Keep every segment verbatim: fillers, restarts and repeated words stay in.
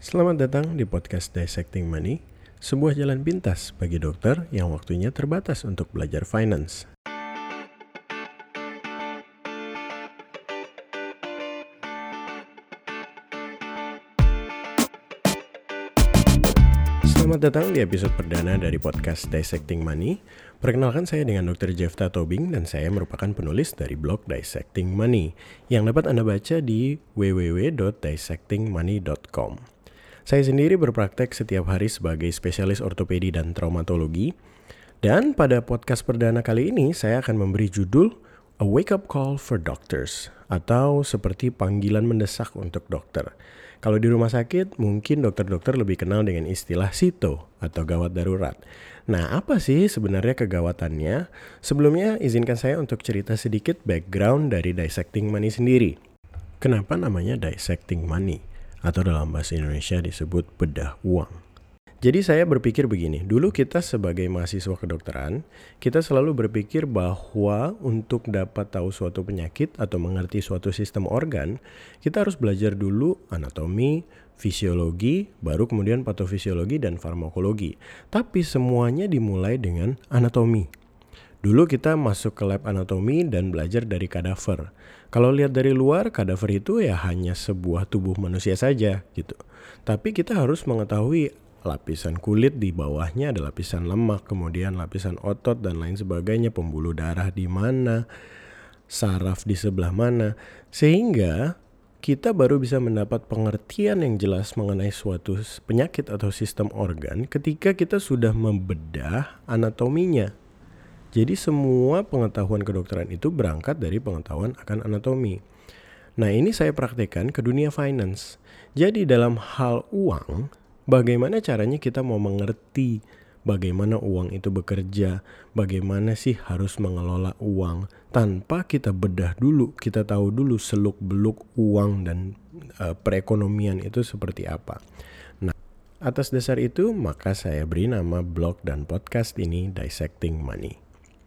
Selamat datang di podcast Dissecting Money, sebuah jalan pintas bagi dokter yang waktunya terbatas untuk belajar finance. Selamat datang di episode perdana dari podcast Dissecting Money. Perkenalkan, saya dengan dokter Jefta Tobing dan saya merupakan penulis dari blog Dissecting Money yang dapat Anda baca di w w w dot dissecting money dot com. Saya sendiri berpraktek setiap hari sebagai spesialis ortopedi dan traumatologi. Dan pada podcast perdana kali ini saya akan memberi judul A Wake Up Call for Doctors, atau seperti panggilan mendesak untuk dokter. Kalau di rumah sakit, mungkin dokter-dokter lebih kenal dengan istilah S I T O atau gawat darurat. Nah, apa sih sebenarnya kegawatannya? Sebelumnya, izinkan saya untuk cerita sedikit background dari Dissecting Money sendiri. Kenapa namanya Dissecting Money? Atau dalam bahasa Indonesia disebut bedah uang. Jadi saya berpikir begini, dulu kita sebagai mahasiswa kedokteran, kita selalu berpikir bahwa untuk dapat tahu suatu penyakit atau mengerti suatu sistem organ, kita harus belajar dulu anatomi, fisiologi, baru kemudian patofisiologi dan farmakologi. Tapi semuanya dimulai dengan anatomi. Dulu kita masuk ke lab anatomi dan belajar dari kadaver. Kalau lihat dari luar, kadaver itu ya hanya sebuah tubuh manusia saja gitu. Tapi kita harus mengetahui lapisan kulit di bawahnya ada lapisan lemak, kemudian lapisan otot dan lain sebagainya, pembuluh darah di mana, saraf di sebelah mana, sehingga kita baru bisa mendapat pengertian yang jelas mengenai suatu penyakit atau sistem organ ketika kita sudah membedah anatominya. Jadi semua pengetahuan kedokteran itu berangkat dari pengetahuan akan anatomi. Nah, ini saya praktekkan ke dunia finance. Jadi dalam hal uang, bagaimana caranya kita mau mengerti bagaimana uang itu bekerja, bagaimana sih harus mengelola uang tanpa kita bedah dulu, kita tahu dulu seluk-beluk uang dan e, perekonomian itu seperti apa. Nah, atas dasar itu maka saya beri nama blog dan podcast ini Dissecting Money.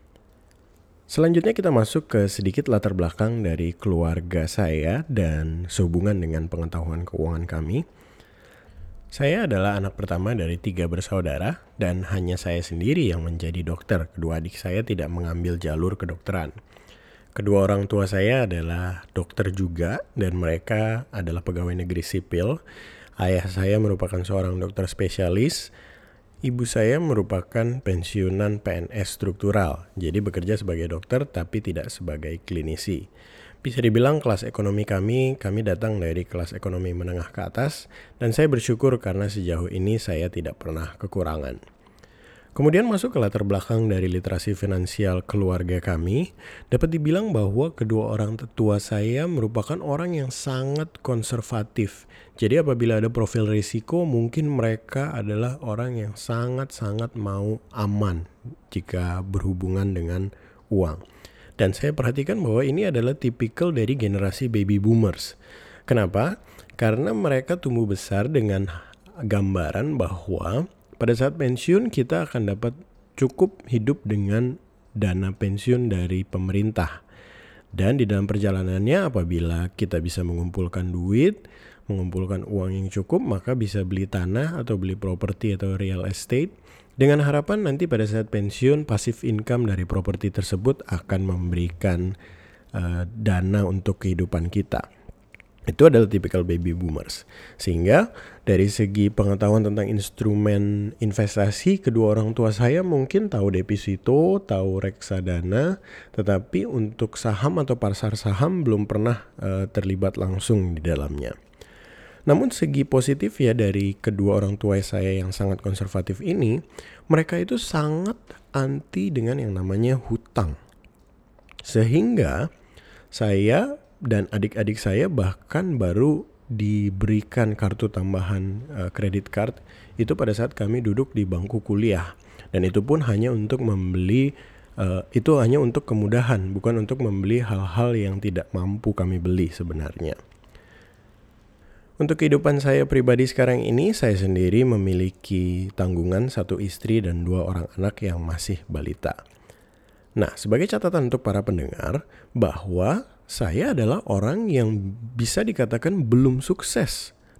Selanjutnya kita masuk ke sedikit latar belakang dari keluarga saya dan sehubungan dengan pengetahuan keuangan kami. Saya adalah anak pertama dari tiga bersaudara dan hanya saya sendiri yang menjadi dokter. Kedua adik saya tidak mengambil jalur kedokteran. Kedua orang tua saya adalah dokter juga dan mereka adalah pegawai negeri sipil. Ayah saya merupakan seorang dokter spesialis. Ibu saya merupakan pensiunan P N S struktural, jadi bekerja sebagai dokter tapi tidak sebagai klinisi. Bisa dibilang kelas ekonomi kami, kami datang dari kelas ekonomi menengah ke atas, dan saya bersyukur karena sejauh ini saya tidak pernah kekurangan. Kemudian masuk ke latar belakang dari literasi finansial keluarga kami, dapat dibilang bahwa kedua orang tua saya merupakan orang yang sangat konservatif. Jadi apabila ada profil risiko, mungkin mereka adalah orang yang sangat-sangat mau aman jika berhubungan dengan uang. Dan saya perhatikan bahwa ini adalah tipikal dari generasi baby boomers. Kenapa? Karena mereka tumbuh besar dengan gambaran bahwa pada saat pensiun kita akan dapat cukup hidup dengan dana pensiun dari pemerintah. Dan di dalam perjalanannya apabila kita bisa mengumpulkan duit, mengumpulkan uang yang cukup, maka bisa beli tanah atau beli properti atau real estate. Dengan harapan nanti pada saat pensiun, passive income dari properti tersebut akan memberikan uh, dana untuk kehidupan kita. Itu adalah tipikal baby boomers. Sehingga dari segi pengetahuan tentang instrumen investasi, kedua orang tua saya mungkin tahu deposito, tahu reksadana, tetapi untuk saham atau pasar saham belum pernah uh, terlibat langsung di dalamnya. Namun segi positif ya dari kedua orang tua saya yang sangat konservatif ini, mereka itu sangat anti dengan yang namanya hutang. Sehingga saya dan adik-adik saya bahkan baru diberikan kartu tambahan uh, kredit card itu pada saat kami duduk di bangku kuliah. Dan itu pun hanya untuk membeli, uh, itu hanya untuk kemudahan, bukan untuk membeli hal-hal yang tidak mampu kami beli sebenarnya. Untuk kehidupan saya pribadi sekarang ini, saya sendiri memiliki tanggungan satu istri dan dua orang anak yang masih balita. Nah, sebagai catatan untuk para pendengar, bahwa saya adalah orang yang bisa dikatakan belum sukses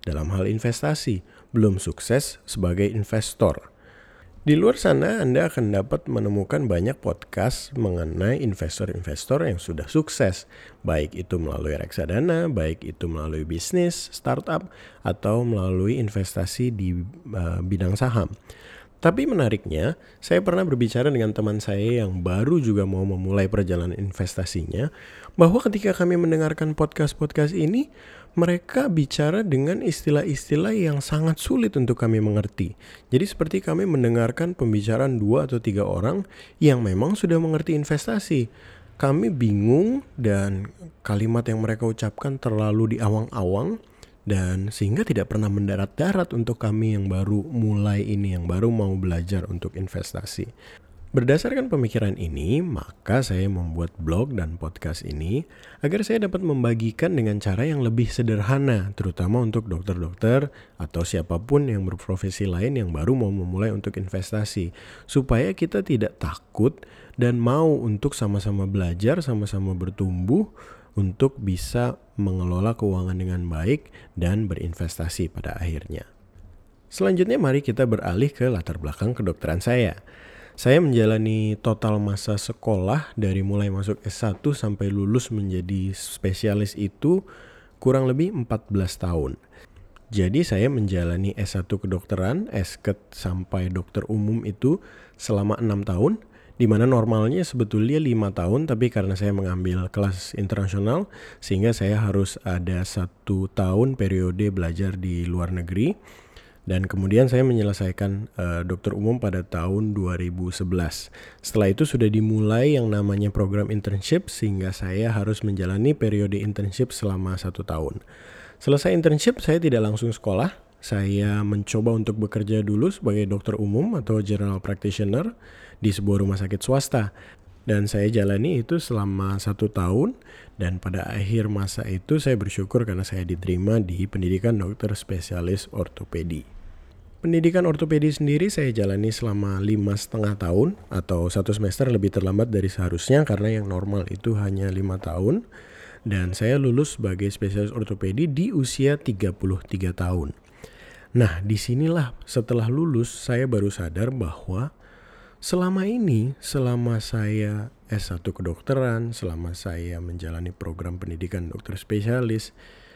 dalam hal investasi, belum sukses sebagai investor. Di luar sana Anda akan dapat menemukan banyak podcast mengenai investor-investor yang sudah sukses, baik itu melalui reksadana, baik itu melalui bisnis, startup, atau melalui investasi di uh, bidang saham. Tapi menariknya, saya pernah berbicara dengan teman saya yang baru juga mau memulai perjalanan investasinya, bahwa ketika kami mendengarkan podcast-podcast ini, mereka bicara dengan istilah-istilah yang sangat sulit untuk kami mengerti. Jadi seperti kami mendengarkan pembicaraan dua atau tiga orang yang memang sudah mengerti investasi. Kami bingung dan kalimat yang mereka ucapkan terlalu diawang-awang, dan sehingga tidak pernah mendarat-darat untuk kami yang baru mulai ini, yang baru mau belajar untuk investasi. Berdasarkan pemikiran ini, maka saya membuat blog dan podcast ini agar saya dapat membagikan dengan cara yang lebih sederhana, terutama untuk dokter-dokter atau siapapun yang berprofesi lain yang baru mau memulai untuk investasi, supaya kita tidak takut dan mau untuk sama-sama belajar, sama-sama bertumbuh untuk bisa mengelola keuangan dengan baik dan berinvestasi pada akhirnya. Selanjutnya mari kita beralih ke latar belakang kedokteran saya. Saya menjalani total masa sekolah dari mulai masuk S satu sampai lulus menjadi spesialis itu kurang lebih empat belas tahun. Jadi saya menjalani S satu kedokteran, S K E T sampai dokter umum itu selama enam tahun. Di mana normalnya sebetulnya lima tahun, tapi karena saya mengambil kelas internasional, sehingga saya harus ada satu tahun periode belajar di luar negeri. Dan kemudian saya menyelesaikan uh, dokter umum pada tahun dua ribu sebelas. Setelah itu sudah dimulai yang namanya program internship, sehingga saya harus menjalani periode internship selama satu tahun. Selesai internship, saya tidak langsung sekolah. Saya mencoba untuk bekerja dulu sebagai dokter umum atau general practitioner di sebuah rumah sakit swasta. Dan saya jalani itu selama satu tahun. Dan pada akhir masa itu saya bersyukur karena saya diterima di pendidikan dokter spesialis ortopedi. Pendidikan ortopedi sendiri saya jalani selama lima setengah tahun atau satu semester lebih terlambat dari seharusnya karena yang normal itu hanya lima tahun. Dan saya lulus sebagai spesialis ortopedi di usia tiga puluh tiga tahun. Nah, disinilah setelah lulus saya baru sadar bahwa selama ini, selama saya S satu kedokteran, selama saya menjalani program pendidikan dokter spesialis,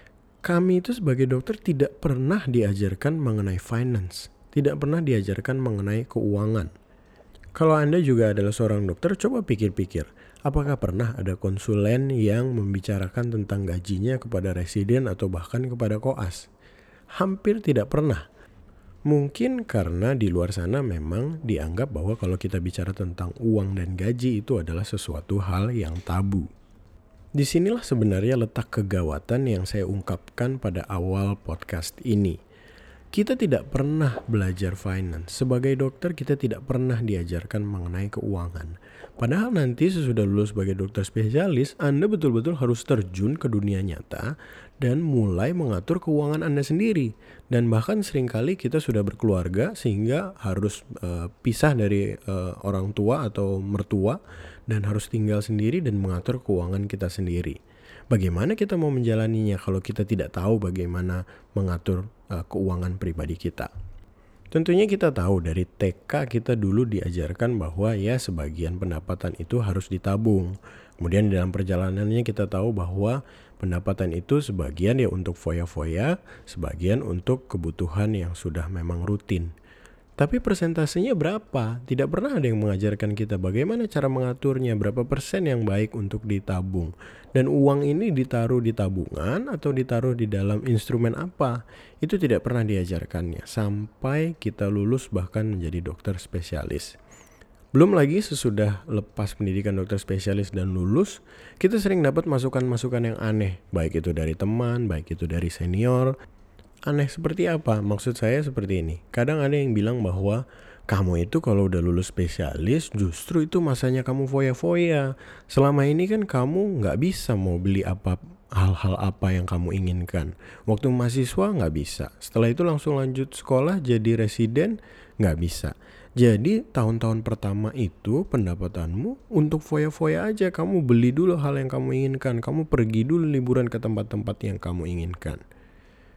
kami itu sebagai dokter tidak pernah diajarkan mengenai finance, tidak pernah diajarkan mengenai keuangan. Kalau Anda juga adalah seorang dokter, coba pikir-pikir, apakah pernah ada konsulen yang membicarakan tentang gajinya kepada residen atau bahkan kepada koas? Hampir tidak pernah. Mungkin karena di luar sana memang dianggap bahwa kalau kita bicara tentang uang dan gaji itu adalah sesuatu hal yang tabu. Disinilah sebenarnya letak kegawatan yang saya ungkapkan pada awal podcast ini. Kita tidak pernah belajar finance. Sebagai dokter kita tidak pernah diajarkan mengenai keuangan. Padahal nanti sesudah lulus sebagai dokter spesialis, Anda betul-betul harus terjun ke dunia nyata dan mulai mengatur keuangan Anda sendiri. Dan bahkan seringkali kita sudah berkeluarga sehingga harus uh, pisah dari uh, orang tua atau mertua dan harus tinggal sendiri dan mengatur keuangan kita sendiri. Bagaimana kita mau menjalaninya kalau kita tidak tahu bagaimana mengatur uh, keuangan pribadi kita? Tentunya kita tahu dari T K kita dulu diajarkan bahwa ya sebagian pendapatan itu harus ditabung. Kemudian dalam perjalanannya kita tahu bahwa pendapatan itu sebagian ya untuk foya-foya, sebagian untuk kebutuhan yang sudah memang rutin. Tapi persentasenya berapa? Tidak pernah ada yang mengajarkan kita bagaimana cara mengaturnya, berapa persen yang baik untuk ditabung. Dan uang ini ditaruh di tabungan atau ditaruh di dalam instrumen apa? Itu tidak pernah diajarkannya sampai kita lulus bahkan menjadi dokter spesialis. Belum lagi sesudah lepas pendidikan dokter spesialis dan lulus, kita sering dapat masukan-masukan yang aneh, baik itu dari teman, baik itu dari senior. Aneh seperti apa? Maksud saya seperti ini. Kadang ada yang bilang bahwa kamu itu kalau udah lulus spesialis justru itu masanya kamu foya-foya. Selama ini kan kamu gak bisa mau beli apa hal-hal apa yang kamu inginkan. Waktu mahasiswa gak bisa. Setelah itu langsung lanjut sekolah jadi residen gak bisa. Jadi tahun-tahun pertama itu pendapatanmu untuk foya-foya aja. Kamu beli dulu hal yang kamu inginkan. Kamu pergi dulu liburan ke tempat-tempat yang kamu inginkan.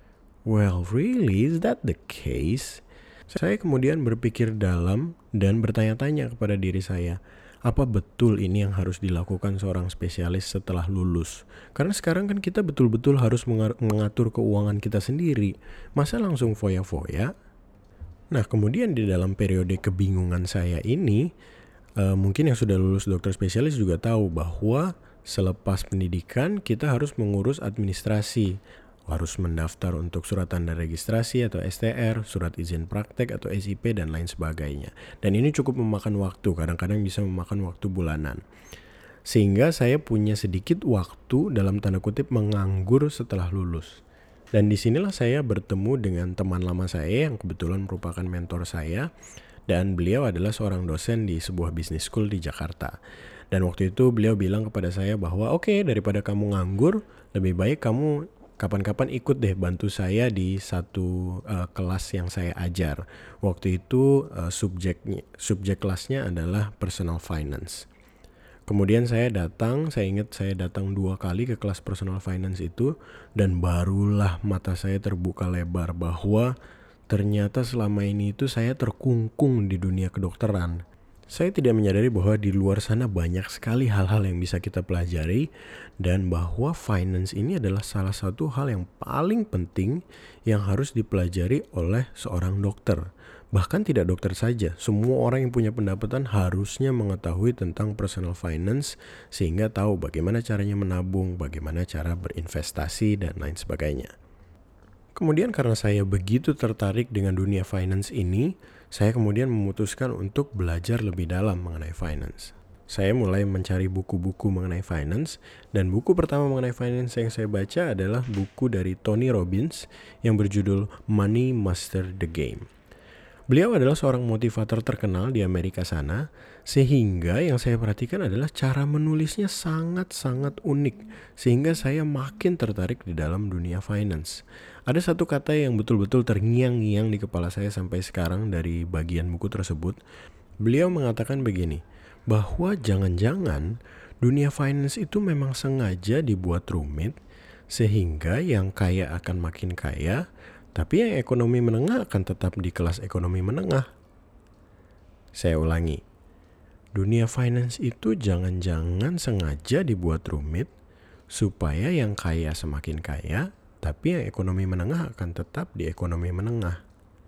Well, really, is that the case? Saya kemudian berpikir dalam dan bertanya-tanya kepada diri saya, apa betul ini yang harus dilakukan seorang spesialis setelah lulus? Karena sekarang kan kita betul-betul harus mengatur keuangan kita sendiri. Masa langsung foya-foya? Nah, kemudian di dalam periode kebingungan saya ini, uh, mungkin yang sudah lulus dokter spesialis juga tahu bahwa selepas pendidikan kita harus mengurus administrasi. Harus mendaftar untuk surat tanda registrasi atau S T R, surat izin praktek atau S I P, dan lain sebagainya. Dan ini cukup memakan waktu, kadang-kadang bisa memakan waktu bulanan. Sehingga saya punya sedikit waktu dalam tanda kutip menganggur setelah lulus. Dan disinilah saya bertemu dengan teman lama saya yang kebetulan merupakan mentor saya. Dan beliau adalah seorang dosen di sebuah business school di Jakarta. Dan waktu itu beliau bilang kepada saya bahwa oke, okay, daripada kamu nganggur, lebih baik kamu kapan-kapan ikut deh bantu saya di satu uh, kelas yang saya ajar. Waktu itu uh, subjeknya, subjek kelasnya adalah personal finance. Kemudian saya datang, saya ingat saya datang dua kali ke kelas personal finance itu, dan barulah mata saya terbuka lebar bahwa ternyata selama ini itu saya terkungkung di dunia kedokteran. Saya tidak menyadari bahwa di luar sana banyak sekali hal-hal yang bisa kita pelajari, dan bahwa finance ini adalah salah satu hal yang paling penting yang harus dipelajari oleh seorang dokter. Bahkan tidak dokter saja, semua orang yang punya pendapatan harusnya mengetahui tentang personal finance sehingga tahu bagaimana caranya menabung, bagaimana cara berinvestasi, dan lain sebagainya. Kemudian karena saya begitu tertarik dengan dunia finance ini, saya kemudian memutuskan untuk belajar lebih dalam mengenai finance. Saya mulai mencari buku-buku mengenai finance, dan buku pertama mengenai finance yang saya baca adalah buku dari Tony Robbins yang berjudul Money Master the Game. Beliau adalah seorang motivator terkenal di Amerika sana, sehingga yang saya perhatikan adalah cara menulisnya sangat-sangat unik, sehingga saya makin tertarik di dalam dunia finance. Ada satu kata yang betul-betul terngiang-ngiang di kepala saya sampai sekarang dari bagian buku tersebut. Beliau mengatakan begini, bahwa jangan-jangan dunia finance itu memang sengaja dibuat rumit, sehingga yang kaya akan makin kaya, tapi yang ekonomi menengah akan tetap di kelas ekonomi menengah. Saya ulangi, dunia finance itu jangan-jangan sengaja dibuat rumit supaya yang kaya semakin kaya, tapi yang ekonomi menengah akan tetap di ekonomi menengah.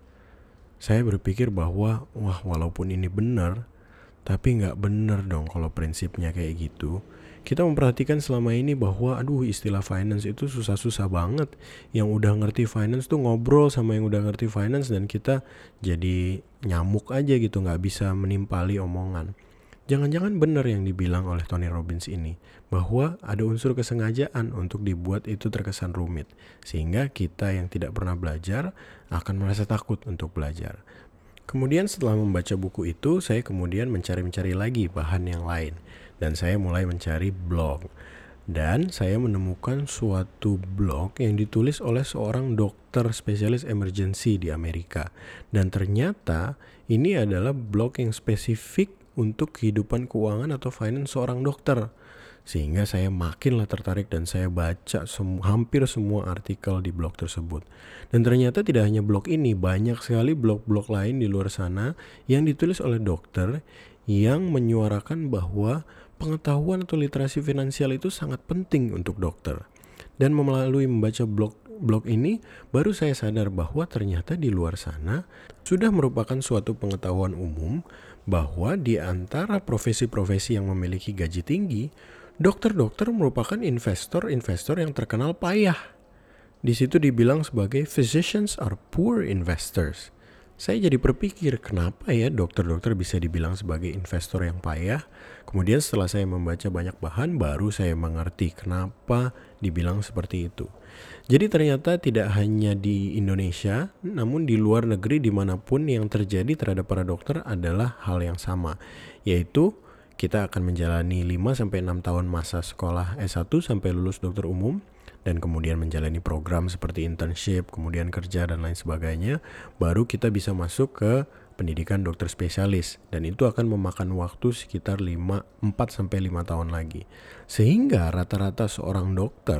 Saya berpikir bahwa, wah walaupun ini benar, tapi nggak benar dong kalau prinsipnya kayak gitu. Kita memperhatikan selama ini bahwa aduh istilah finance itu susah-susah banget. Yang udah ngerti finance tuh ngobrol sama yang udah ngerti finance, dan kita jadi nyamuk aja gitu, gak bisa menimpali omongan. Jangan-jangan benar yang dibilang oleh Tony Robbins ini, bahwa ada unsur kesengajaan untuk dibuat itu terkesan rumit, sehingga kita yang tidak pernah belajar akan merasa takut untuk belajar. Kemudian setelah membaca buku itu, saya kemudian mencari-mencari lagi bahan yang lain. Dan saya mulai mencari blog. Dan saya menemukan suatu blog yang ditulis oleh seorang dokter spesialis emergency di Amerika. Dan ternyata ini adalah blog yang spesifik untuk kehidupan keuangan atau finance seorang dokter. Sehingga saya makinlah tertarik dan saya baca sem- hampir semua artikel di blog tersebut. Dan ternyata tidak hanya blog ini, banyak sekali blog-blog lain di luar sana yang ditulis oleh dokter yang menyuarakan bahwa pengetahuan atau literasi finansial itu sangat penting untuk dokter. Dan melalui membaca blog-blog ini, baru saya sadar bahwa ternyata di luar sana sudah merupakan suatu pengetahuan umum bahwa di antara profesi-profesi yang memiliki gaji tinggi, dokter-dokter merupakan investor-investor yang terkenal payah. Di situ dibilang sebagai physicians are poor investors. Saya jadi berpikir, kenapa ya dokter-dokter bisa dibilang sebagai investor yang payah? Kemudian setelah saya membaca banyak bahan, baru saya mengerti kenapa dibilang seperti itu. Jadi ternyata tidak hanya di Indonesia, namun di luar negeri dimanapun yang terjadi terhadap para dokter adalah hal yang sama, yaitu kita akan menjalani lima sampai enam tahun masa sekolah S satu sampai lulus dokter umum, dan kemudian menjalani program seperti internship, kemudian kerja dan lain sebagainya, baru kita bisa masuk ke pendidikan dokter spesialis, dan itu akan memakan waktu sekitar lima, empat sampai lima tahun lagi. Sehingga rata-rata seorang dokter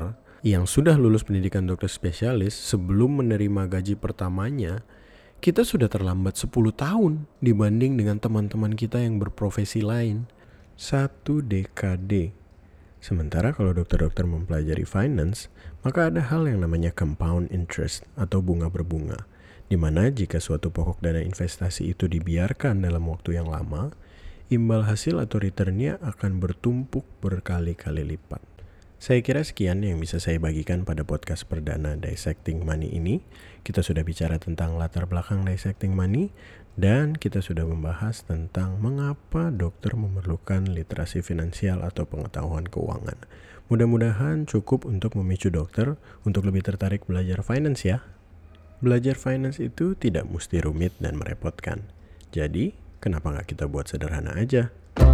yang sudah lulus pendidikan dokter spesialis sebelum menerima gaji pertamanya, kita sudah terlambat sepuluh tahun dibanding dengan teman-teman kita yang berprofesi lain. Satu dekade. Sementara kalau dokter-dokter mempelajari finance, maka ada hal yang namanya compound interest atau bunga berbunga, di mana jika suatu pokok dana investasi itu dibiarkan dalam waktu yang lama, imbal hasil atau returnnya akan bertumpuk berkali-kali lipat. Saya kira sekian yang bisa saya bagikan pada podcast perdana Dissecting Money ini. Kita sudah bicara tentang latar belakang Dissecting Money, dan kita sudah membahas tentang mengapa dokter memerlukan literasi finansial atau pengetahuan keuangan. Mudah-mudahan cukup untuk memicu dokter untuk lebih tertarik belajar finance ya. Belajar finance itu tidak mesti rumit dan merepotkan. Jadi, kenapa nggak kita buat sederhana aja?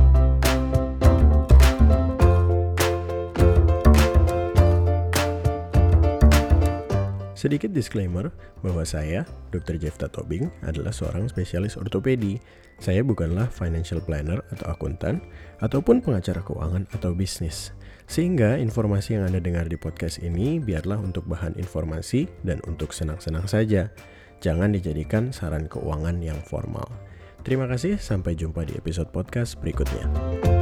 Sedikit disclaimer bahwa saya, dokter Jefta Tobing, adalah seorang spesialis ortopedi. Saya bukanlah financial planner atau akuntan, ataupun pengacara keuangan atau bisnis. Sehingga informasi yang Anda dengar di podcast ini biarlah untuk bahan informasi dan untuk senang-senang saja. Jangan dijadikan saran keuangan yang formal. Terima kasih, sampai jumpa di episode podcast berikutnya.